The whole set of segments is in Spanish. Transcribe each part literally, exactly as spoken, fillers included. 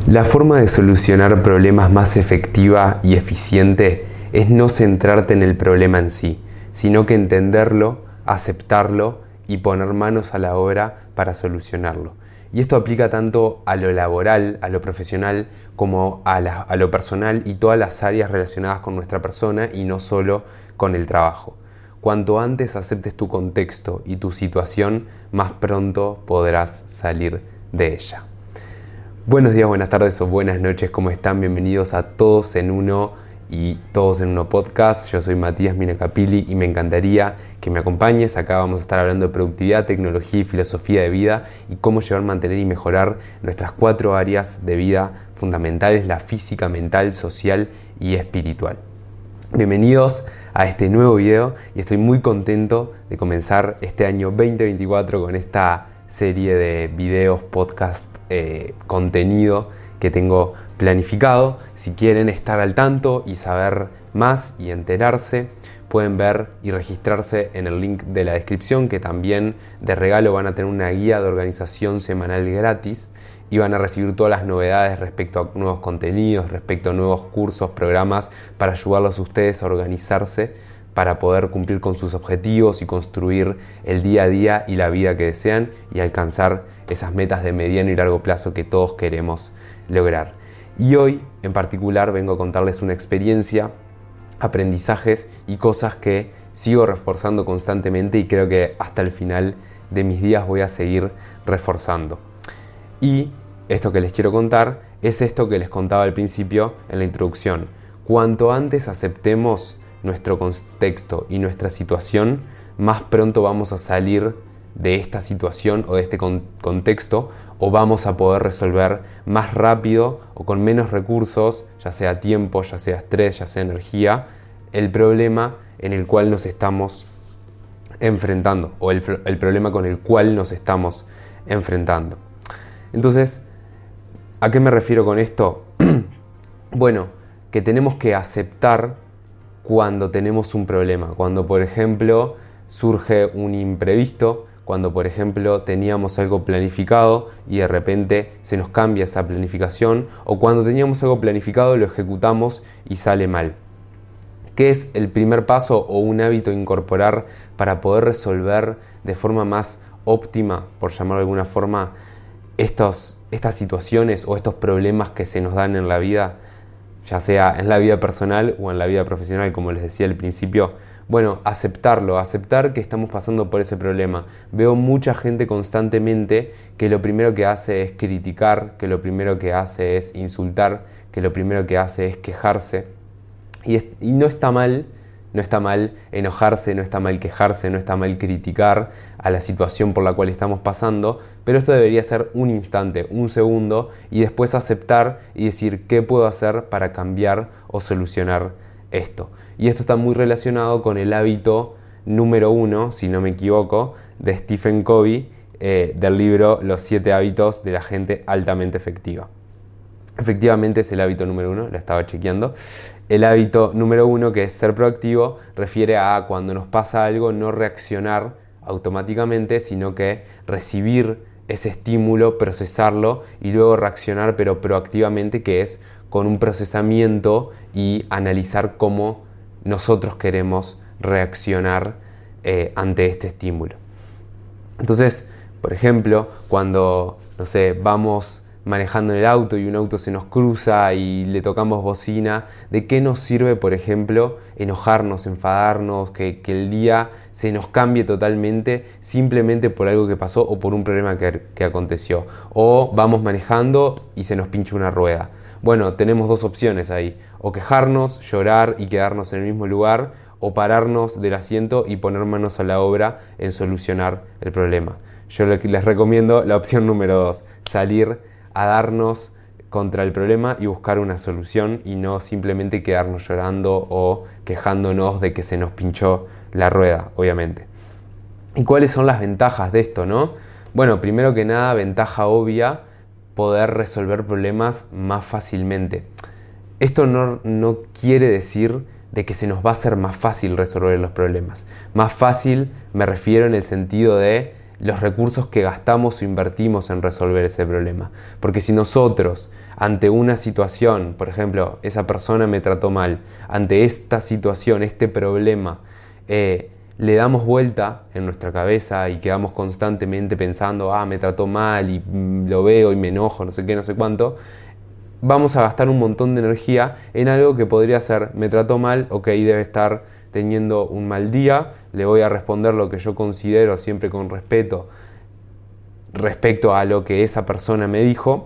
La forma de solucionar problemas más efectiva y eficiente es no centrarte en el problema en sí, sino que entenderlo, aceptarlo y poner manos a la obra para solucionarlo. Y esto aplica tanto a lo laboral, a lo profesional, como a, la, a lo personal y todas las áreas relacionadas con nuestra persona y no solo con el trabajo. Cuanto antes aceptes tu contexto y tu situación, más pronto podrás salir de ella. Buenos días, buenas tardes o buenas noches, ¿cómo están? Bienvenidos a Todos en Uno y Todos en Uno Podcast. Yo soy Matías Minacapili y me encantaría que me acompañes. Acá vamos a estar hablando de productividad, tecnología y filosofía de vida y cómo llevar, mantener y mejorar nuestras cuatro áreas de vida fundamentales: la física, mental, social y espiritual. Bienvenidos a este nuevo video y estoy muy contento de comenzar este año veinte veinticuatro con esta serie de videos, podcast, eh, contenido que tengo planificado. Si quieren estar al tanto y saber más y enterarse, pueden ver y registrarse en el link de la descripción, que también de regalo van a tener una guía de organización semanal gratis y van a recibir todas las novedades respecto a nuevos contenidos, respecto a nuevos cursos, programas, para ayudarlos a ustedes a organizarse para poder cumplir con sus objetivos y construir el día a día y la vida que desean y alcanzar esas metas de mediano y largo plazo que todos queremos lograr. Y hoy en particular vengo a contarles una experiencia, aprendizajes y cosas que sigo reforzando constantemente y creo que hasta el final de mis días voy a seguir reforzando. Y esto que les quiero contar es esto que les contaba al principio en la introducción. Cuanto antes aceptemos nuestro contexto y nuestra situación, más pronto vamos a salir de esta situación o de este con- contexto o vamos a poder resolver más rápido o con menos recursos, ya sea tiempo, ya sea estrés, ya sea energía, el problema en el cual nos estamos enfrentando o el, el problema con el cual nos estamos enfrentando. Entonces, ¿a qué me refiero con esto? Bueno, que tenemos que aceptar cuando tenemos un problema, cuando por ejemplo surge un imprevisto, cuando por ejemplo teníamos algo planificado y de repente se nos cambia esa planificación, o cuando teníamos algo planificado lo ejecutamos y sale mal. ¿Qué es el primer paso o un hábito a incorporar para poder resolver de forma más óptima, por llamarlo de alguna forma, estos, estas situaciones o estos problemas que se nos dan en la vida, ya sea en la vida personal o en la vida profesional, como les decía al principio? Bueno, aceptarlo, aceptar que estamos pasando por ese problema. Veo mucha gente constantemente que lo primero que hace es criticar, que lo primero que hace es insultar, que lo primero que hace es quejarse. Y, es, y no está mal, no está mal enojarse, no está mal quejarse, no está mal criticar a la situación por la cual estamos pasando, pero esto debería ser un instante, un segundo, y después aceptar y decir qué puedo hacer para cambiar o solucionar esto. Y esto está muy relacionado con el hábito número uno, si no me equivoco, de Stephen Covey, eh, del libro Los siete hábitos de la gente altamente efectiva. Efectivamente es el hábito número uno, lo estaba chequeando. El hábito número uno, que es ser proactivo, refiere a cuando nos pasa algo no reaccionar automáticamente, sino que recibir ese estímulo, procesarlo y luego reaccionar, pero proactivamente, que es con un procesamiento y analizar cómo nosotros queremos reaccionar eh, ante este estímulo. Entonces, por ejemplo, cuando, no sé, vamos manejando en el auto y un auto se nos cruza y le tocamos bocina, ¿de qué nos sirve, por ejemplo, enojarnos, enfadarnos, que, que el día se nos cambie totalmente simplemente por algo que pasó o por un problema que, que aconteció? O vamos manejando y se nos pincha una rueda. Bueno, tenemos dos opciones ahí: o quejarnos, llorar y quedarnos en el mismo lugar, o pararnos del asiento y poner manos a la obra en solucionar el problema. Yo les recomiendo la opción número dos, salir a darnos contra el problema y buscar una solución y no simplemente quedarnos llorando o quejándonos de que se nos pinchó la rueda, obviamente. ¿Y cuáles son las ventajas de esto, no? Bueno, primero que nada, ventaja obvia, poder resolver problemas más fácilmente. Esto no, no quiere decir de que se nos va a hacer más fácil resolver los problemas. Más fácil me refiero en el sentido de los recursos que gastamos o invertimos en resolver ese problema. Porque si nosotros, ante una situación, por ejemplo, esa persona me trató mal, ante esta situación, este problema, eh, le damos vuelta en nuestra cabeza y quedamos constantemente pensando, ah, me trató mal y mm, lo veo y me enojo, no sé qué, no sé cuánto, vamos a gastar un montón de energía en algo que podría ser, me trató mal, ok, debe estar teniendo un mal día, le voy a responder lo que yo considero siempre con respeto respecto a lo que esa persona me dijo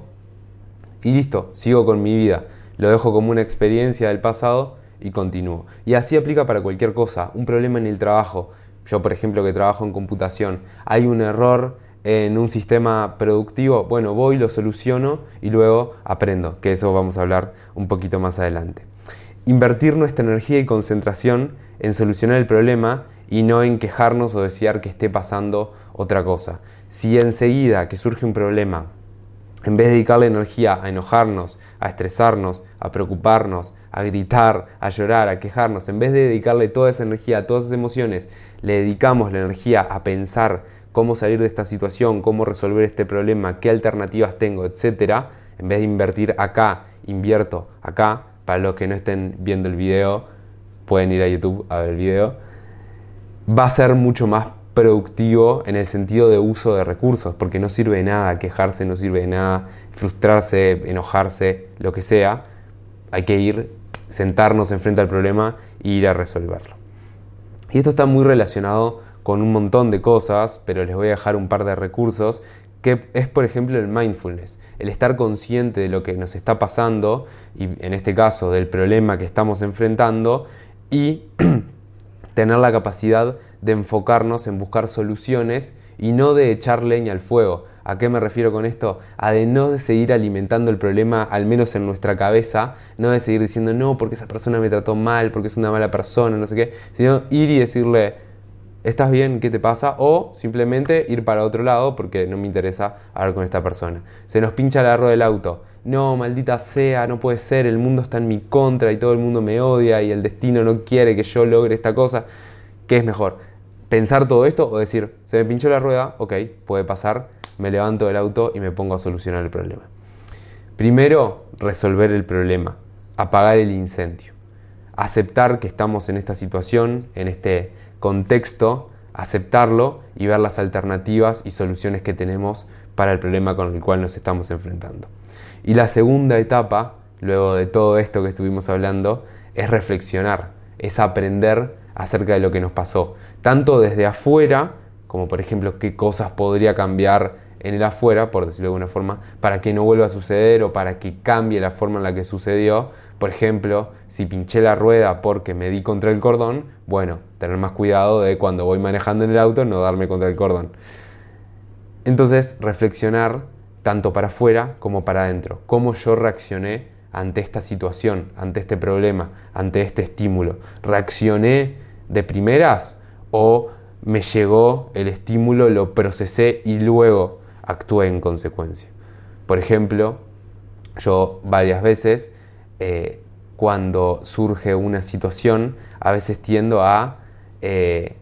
y listo, sigo con mi vida, lo dejo como una experiencia del pasado y continúo. Y así aplica para cualquier cosa, un problema en el trabajo. Yo, por ejemplo, que trabajo en computación, hay un error en un sistema productivo, bueno, voy, lo soluciono y luego aprendo, que eso vamos a hablar un poquito más adelante. Invertir nuestra energía y concentración en solucionar el problema y no en quejarnos o desear que esté pasando otra cosa. Si enseguida que surge un problema, en vez de dedicarle energía a enojarnos, a estresarnos, a preocuparnos, a gritar, a llorar, a quejarnos, en vez de dedicarle toda esa energía a todas esas emociones, le dedicamos la energía a pensar cómo salir de esta situación, cómo resolver este problema, qué alternativas tengo, etcétera, en vez de invertir acá, invierto acá. Para los que no estén viendo el video, pueden ir a YouTube a ver el video. Va a ser mucho más productivo en el sentido de uso de recursos, porque no sirve de nada quejarse, no sirve de nada frustrarse, enojarse, lo que sea. Hay que ir, sentarnos enfrente al problema e ir a resolverlo. Y esto está muy relacionado con un montón de cosas, pero les voy a dejar un par de recursos, que es, por ejemplo, el mindfulness, el estar consciente de lo que nos está pasando, y en este caso del problema que estamos enfrentando, y tener la capacidad de enfocarnos en buscar soluciones y no de echar leña al fuego. ¿A qué me refiero con esto? A de no seguir alimentando el problema, al menos en nuestra cabeza, no de seguir diciendo no, porque esa persona me trató mal, porque es una mala persona, no sé qué, sino ir y decirle, ¿estás bien? ¿Qué te pasa? O simplemente ir para otro lado porque no me interesa hablar con esta persona. Se nos pincha la rueda del auto. No, maldita sea, no puede ser, el mundo está en mi contra y todo el mundo me odia y el destino no quiere que yo logre esta cosa. ¿Qué es mejor? ¿Pensar todo esto o decir, se me pinchó la rueda, ok, puede pasar, me levanto del auto y me pongo a solucionar el problema? Primero, resolver el problema, apagar el incendio. Aceptar que estamos en esta situación, en este contexto, aceptarlo y ver las alternativas y soluciones que tenemos para el problema con el cual nos estamos enfrentando. Y la segunda etapa, luego de todo esto que estuvimos hablando, es reflexionar, es aprender acerca de lo que nos pasó, tanto desde afuera, como por ejemplo qué cosas podría cambiar en el afuera, por decirlo de alguna forma, para que no vuelva a suceder o para que cambie la forma en la que sucedió. Por ejemplo, si pinché la rueda porque me di contra el cordón, bueno, tener más cuidado de cuando voy manejando en el auto no darme contra el cordón. Entonces, reflexionar tanto para afuera como para adentro. Cómo yo reaccioné ante esta situación, ante este problema, ante este estímulo. ¿Reaccioné de primeras o me llegó el estímulo, lo procesé y luego actué en consecuencia? Por ejemplo, yo varias veces, eh, cuando surge una situación, a veces tiendo a eh,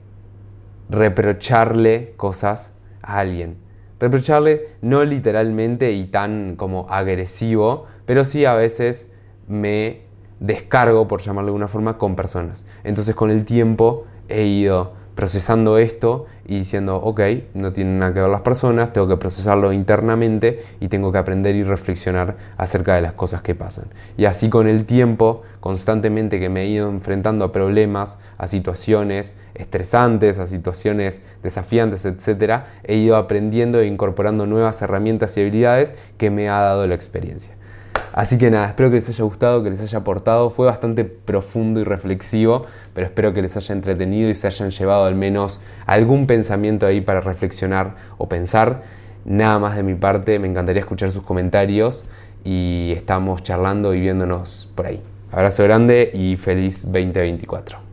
reprocharle cosas a alguien. Reprocharle no literalmente y tan como agresivo, pero sí a veces me descargo, por llamarlo de alguna forma, con personas. Entonces con el tiempo he ido procesando esto y diciendo, ok, no tienen nada que ver las personas, tengo que procesarlo internamente y tengo que aprender y reflexionar acerca de las cosas que pasan. Y así con el tiempo, constantemente que me he ido enfrentando a problemas, a situaciones estresantes, a situaciones desafiantes, etcétera, he ido aprendiendo e incorporando nuevas herramientas y habilidades que me ha dado la experiencia. Así que nada, espero que les haya gustado, que les haya aportado. Fue bastante profundo y reflexivo, pero espero que les haya entretenido y se hayan llevado al menos algún pensamiento ahí para reflexionar o pensar. Nada más de mi parte, me encantaría escuchar sus comentarios y estamos charlando y viéndonos por ahí. Abrazo grande y feliz veinte veinticuatro.